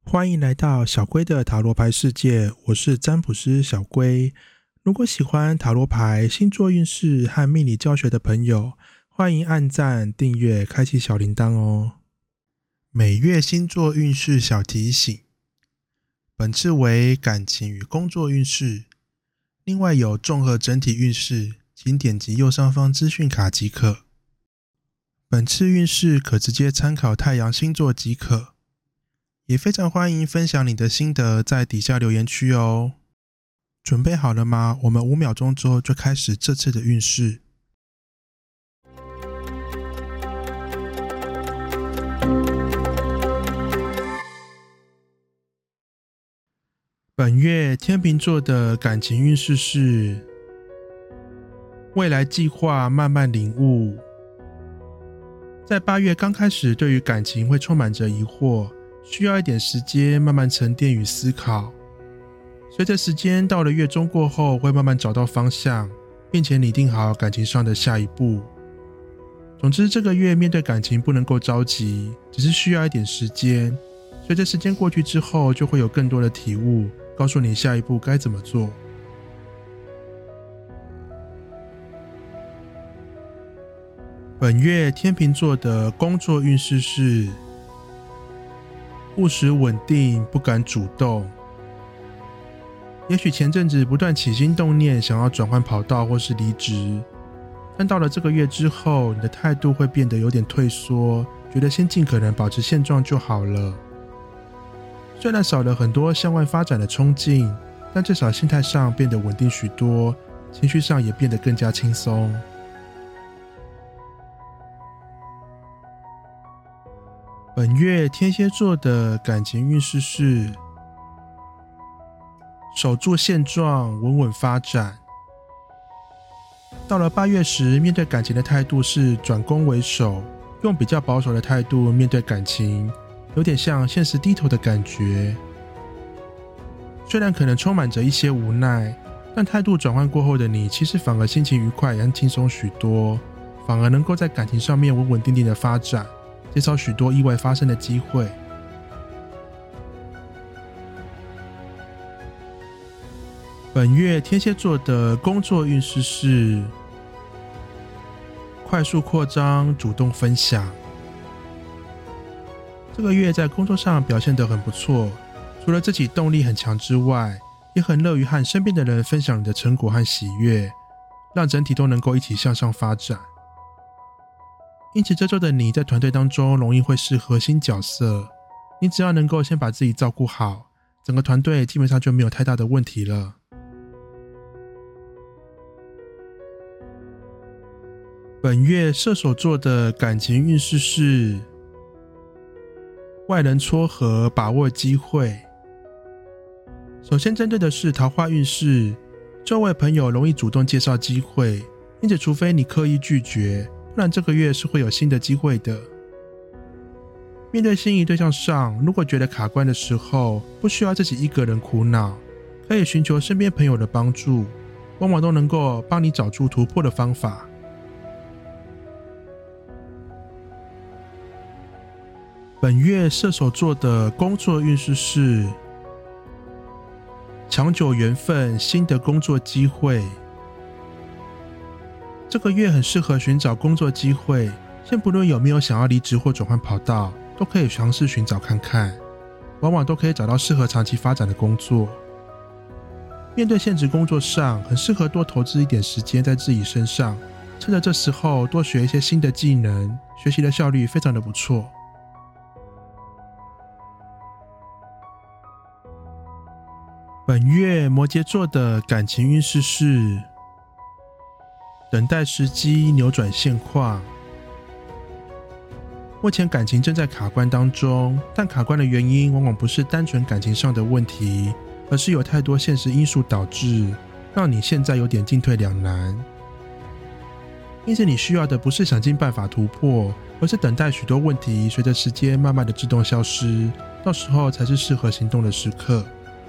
欢迎来到小龟的塔罗牌世界，我是占卜师小龟。如果喜欢塔罗牌、星座运势和命理教学的朋友，欢迎按赞、订阅、开启小铃铛哦。每月星座运势小提醒，本次为感情与工作运势，另外有综合整体运势，请点击右上方资讯卡即可。本次运势可直接参考太阳星座即可，也非常欢迎分享你的心得在底下留言区哦。准备好了吗？我们5秒钟之后就开始这次的运势。本月天秤座的感情运势是未来计划慢慢领悟。在8月刚开始，对于感情会充满着疑惑，需要一点时间慢慢沉淀与思考。随着时间到了月中过后，会慢慢找到方向，并且拟定好感情上的下一步。总之，这个月面对感情不能够着急，只是需要一点时间。随着时间过去之后，就会有更多的体悟，告诉你下一步该怎么做。本月天秤座的工作运势是务实稳定，不敢主动。也许前阵子不断起心动念，想要转换跑道或是离职，但到了这个月之后，你的态度会变得有点退缩，觉得先尽可能保持现状就好了。虽然少了很多向外发展的冲劲，但至少心态上变得稳定许多，情绪上也变得更加轻松。本月天蝎座的感情运势是守住现状，稳稳发展。到了8月时，面对感情的态度是转攻为守，用比较保守的态度面对感情，有点像现实低头的感觉。虽然可能充满着一些无奈，但态度转换过后的你，其实反而心情愉快，也轻松许多，反而能够在感情上面稳稳定定的发展，减少许多意外发生的机会。本月天蝎座的工作运势是快速扩张，主动分享。这个月在工作上表现得很不错，除了自己动力很强之外，也很乐于和身边的人分享你的成果和喜悦，让整体都能够一起向上发展。因此这周的你在团队当中容易会是核心角色，你只要能够先把自己照顾好，整个团队基本上就没有太大的问题了。本月射手座的感情运势是外人撮合，把握机会。首先针对的是桃花运势，周围朋友容易主动介绍机会，因此除非你刻意拒绝，不然这个月是会有新的机会的。面对心仪对象上，如果觉得卡关的时候，不需要自己一个人苦恼，可以寻求身边朋友的帮助，往往都能够帮你找出突破的方法。本月射手座的工作运势是长久缘分，新的工作机会。这个月很适合寻找工作机会，先不论有没有想要离职或转换跑道，都可以尝试寻找看看，往往都可以找到适合长期发展的工作。面对现职工作上，很适合多投资一点时间在自己身上，趁着这时候多学一些新的技能，学习的效率非常的不错。本月摩羯座的感情运势是等待时机，扭转现况。目前感情正在卡关当中，但卡关的原因往往不是单纯感情上的问题，而是有太多现实因素导致，让你现在有点进退两难。因此你需要的不是想尽办法突破，而是等待许多问题随着时间慢慢的自动消失，到时候才是适合行动的时刻。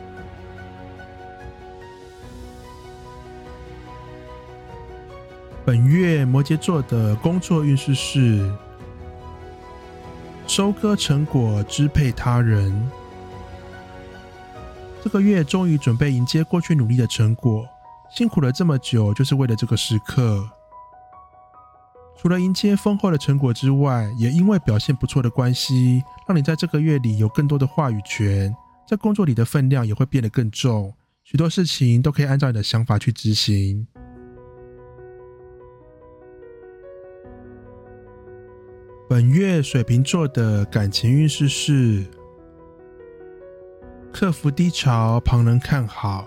本月摩羯座的工作运势是收割成果，支配他人。 这个月终于准备迎接过去努力的成果，辛苦了这么久，就是为了这个时刻。除了迎接丰厚的成果之外，也因为表现不错的关系，让你在这个月里有更多的话语权，在工作里的分量也会变得更重，许多事情都可以按照你的想法去执行。本月水瓶座的感情运势是克服低潮，旁人看好。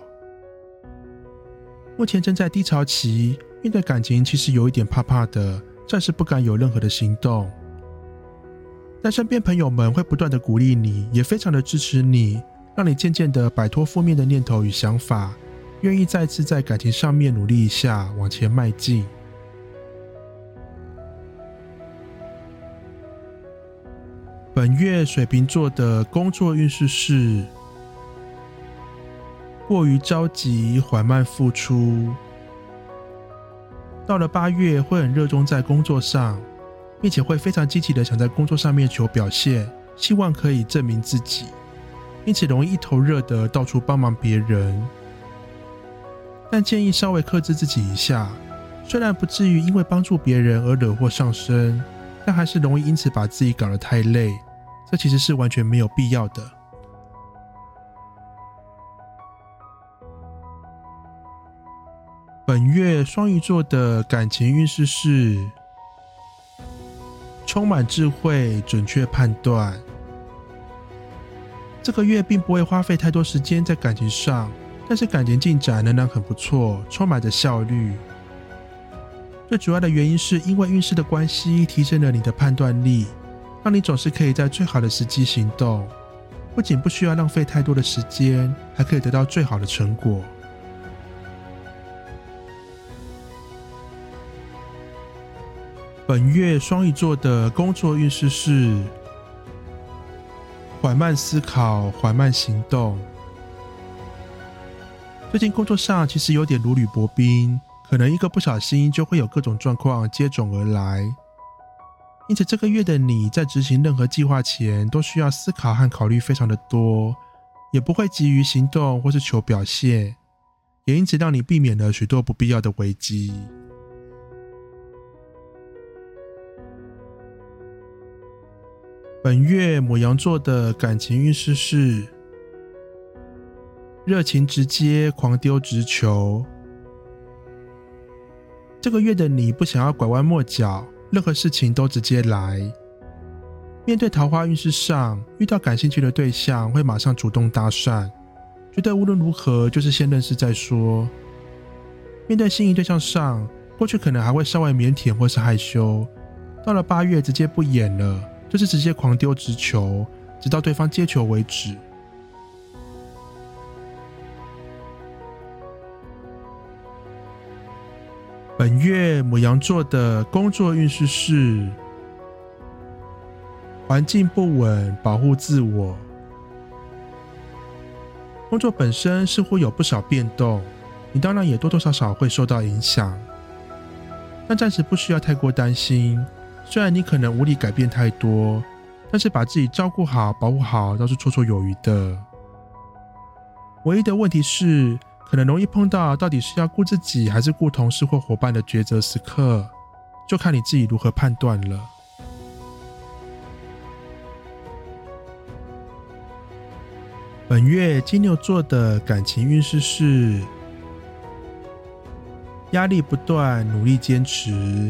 目前正在低潮期，面对感情其实有一点怕怕的，暂时不敢有任何的行动。但身边朋友们会不断的鼓励你，也非常的支持你，让你渐渐的摆脱负面的念头与想法，愿意再次在感情上面努力一下，往前迈进。本月水瓶座的工作运势是过于着急，缓慢付出。到了8月会很热衷在工作上，并且会非常积极的想在工作上面求表现，希望可以证明自己，因此容易一头热的到处帮忙别人。但建议稍微克制自己一下，虽然不至于因为帮助别人而惹祸上身，但还是容易因此把自己搞得太累，这其实是完全没有必要的。本月双鱼座的感情运势是充满智慧，准确判断。这个月并不会花费太多时间在感情上，但是感情进展仍然很不错，充满着效率。最主要的原因是因为运势的关系，提升了你的判断力，让你总是可以在最好的时机行动，不仅不需要浪费太多的时间，还可以得到最好的成果。本月双鱼座的工作运势是缓慢思考，缓慢行动。最近工作上其实有点如履薄冰，可能一个不小心就会有各种状况接踵而来。因此这个月的你在执行任何计划前都需要思考和考虑非常的多，也不会急于行动或是求表现，也因此让你避免了许多不必要的危机。本月牡羊座的感情运势是热情直接，狂丢直球。这个月的你不想要拐弯抹角，任何事情都直接来。面对桃花运势上，遇到感兴趣的对象会马上主动搭讪，觉得无论如何就是先认识再说。面对心仪对象上，过去可能还会稍微腼腆或是害羞，到了8月直接不演了，就是直接狂丢直球，直到对方接球为止。本月牡羊座的工作运势是环境不稳，保护自我。工作本身似乎有不少变动，你当然也多多少少会受到影响，但暂时不需要太过担心。虽然你可能无力改变太多，但是把自己照顾好，保护好倒是绰绰有余的。唯一的问题是可能容易碰到到底是要顾自己还是顾同事或伙伴的抉择时刻，就看你自己如何判断了。本月金牛座的感情运势是压力不断，努力坚持。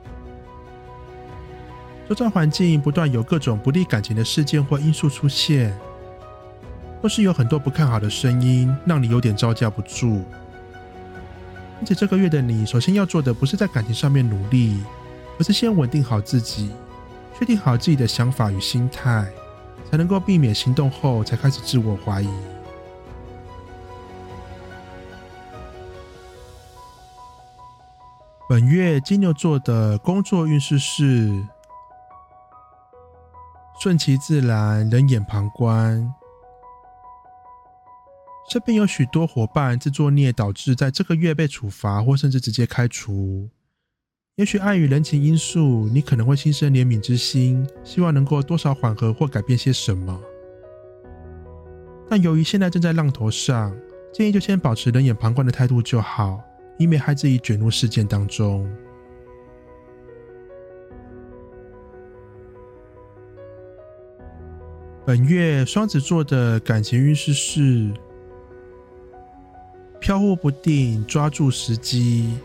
周遭环境不断有各种不利感情的事件或因素出现，或是有很多不看好的声音，让你有点招架不住。因此这个月的你首先要做的不是在感情上面努力，而是先稳定好自己，确定好自己的想法与心态，才能够避免行动后才开始自我怀疑。本月金牛座的工作运势是顺其自然，冷眼旁观。身边有许多伙伴自作孽，导致在这个月被处罚或甚至直接开除。也许碍于人情因素，你可能会心生怜悯之心，希望能够多少缓和或改变些什么。 但由于现在正在浪头上，建议就先保持冷眼旁观的态度就好，以免害自己卷入事件当中。本月双子座的感情运势是飘忽不定，抓住时机。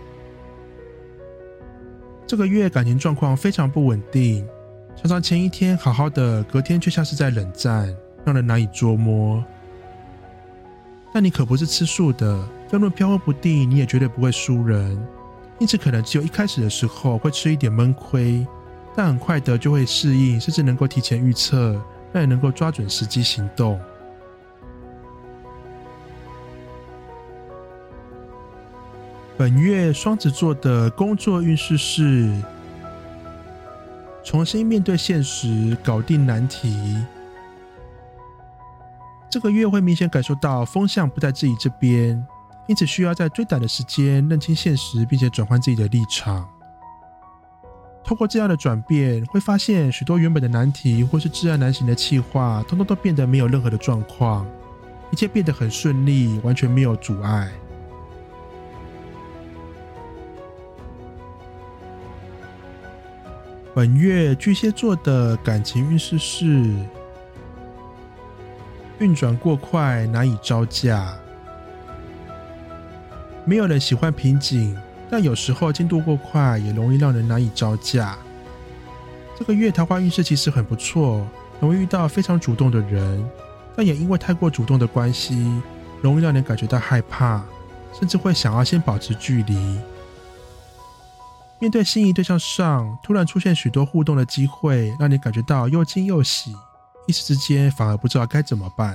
这个月感情状况非常不稳定，常常前一天好好的，隔天却像是在冷战，让人难以捉摸。但你可不是吃素的，要论飘忽不定，你也绝对不会输人，因此可能只有一开始的时候会吃一点闷亏，但很快的就会适应，甚至能够提前预测，让你能够抓准时机行动。本月双子座的工作运势是重新面对现实，搞定难题。这个月会明显感受到风向不在自己这边，因此需要在最短的时间认清现实，并且转换自己的立场。透过这样的转变，会发现许多原本的难题或是至暗难行的企划，通通都变得没有任何的状况，一切变得很顺利，完全没有阻碍。本月巨蟹座的感情运势是运转过快，难以招架。没有人喜欢瓶颈，但有时候进度过快也容易让人难以招架。这个月桃花运势其实很不错，容易遇到非常主动的人，但也因为太过主动的关系，容易让人感觉到害怕，甚至会想要先保持距离。面对心仪对象上突然出现许多互动的机会，让你感觉到又惊又喜，一时之间反而不知道该怎么办。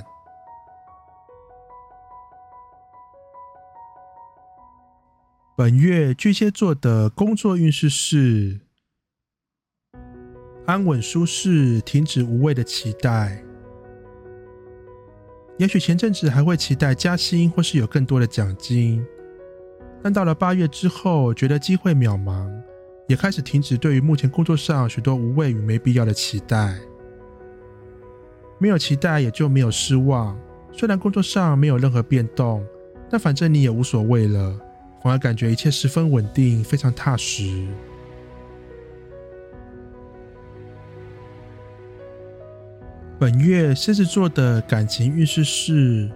本月巨蟹座的工作运势是安稳舒适，停止无谓的期待。也许前阵子还会期待加薪或是有更多的奖金，但到了8月之后，觉得机会渺茫，也开始停止对于目前工作上许多无谓与没必要的期待。没有期待也就没有失望，虽然工作上没有任何变动，但反正你也无所谓了，反而感觉一切十分稳定，非常踏实。本月狮子座的感情运势是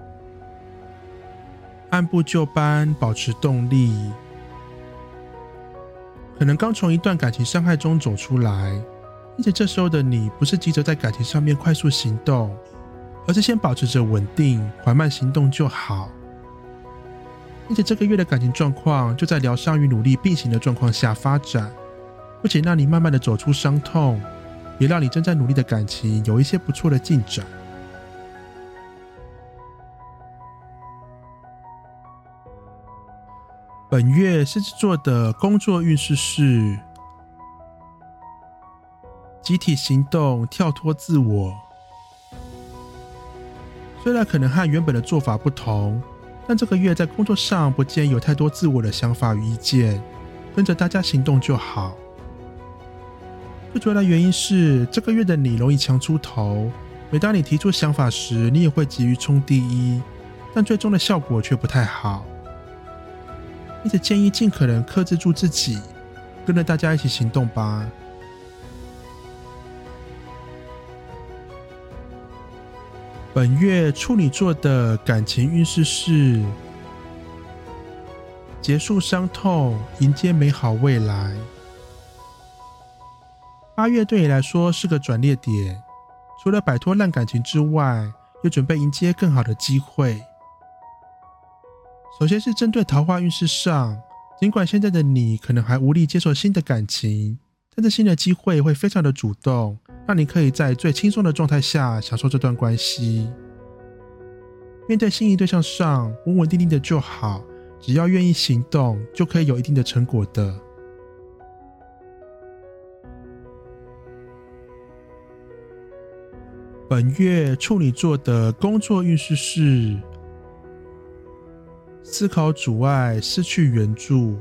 按部就班，保持动力。可能刚从一段感情伤害中走出来，因此这时候的你不是急着在感情上面快速行动，而是先保持着稳定，缓慢行动就好。因此这个月的感情状况就在疗伤与努力并行的状况下发展，不仅让你慢慢的走出伤痛，也让你正在努力的感情有一些不错的进展。本月狮子座的工作运势是集体行动，跳脱自我。虽然可能和原本的做法不同，但这个月在工作上不建议有太多自我的想法与意见，跟着大家行动就好。最主要的原因是这个月的你容易强出头，每当你提出想法时，你也会急于冲第一，但最终的效果却不太好。因此建议尽可能克制住自己，跟着大家一起行动吧。本月处女座的感情运势是结束伤痛，迎接美好未来。8月对你来说是个转捩点，除了摆脱烂感情之外，也准备迎接更好的机会。首先是针对桃花运势上，尽管现在的你可能还无力接受新的感情，但这新的机会会非常的主动，让你可以在最轻松的状态下享受这段关系。面对心仪对象上，稳稳定定的就好，只要愿意行动，就可以有一定的成果的。本月处女座的工作运势是思考阻碍，失去援助。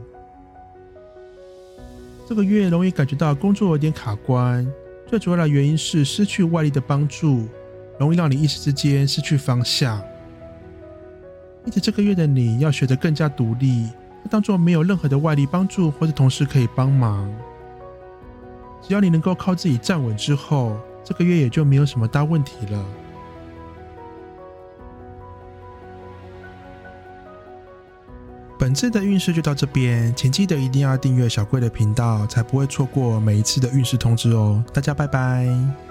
这个月容易感觉到工作有点卡关，最主要的原因是失去外力的帮助， 容易让你一时之间失去方向。因此这个月的你要学得更加独立，当作没有任何的外力帮助或是同事可以帮忙。只要你能够靠自己站稳之后，这个月也就没有什么大问题了。本次的运势就到这边，请记得一定要订阅小龟的频道，才不会错过每一次的运势通知哦。大家拜拜。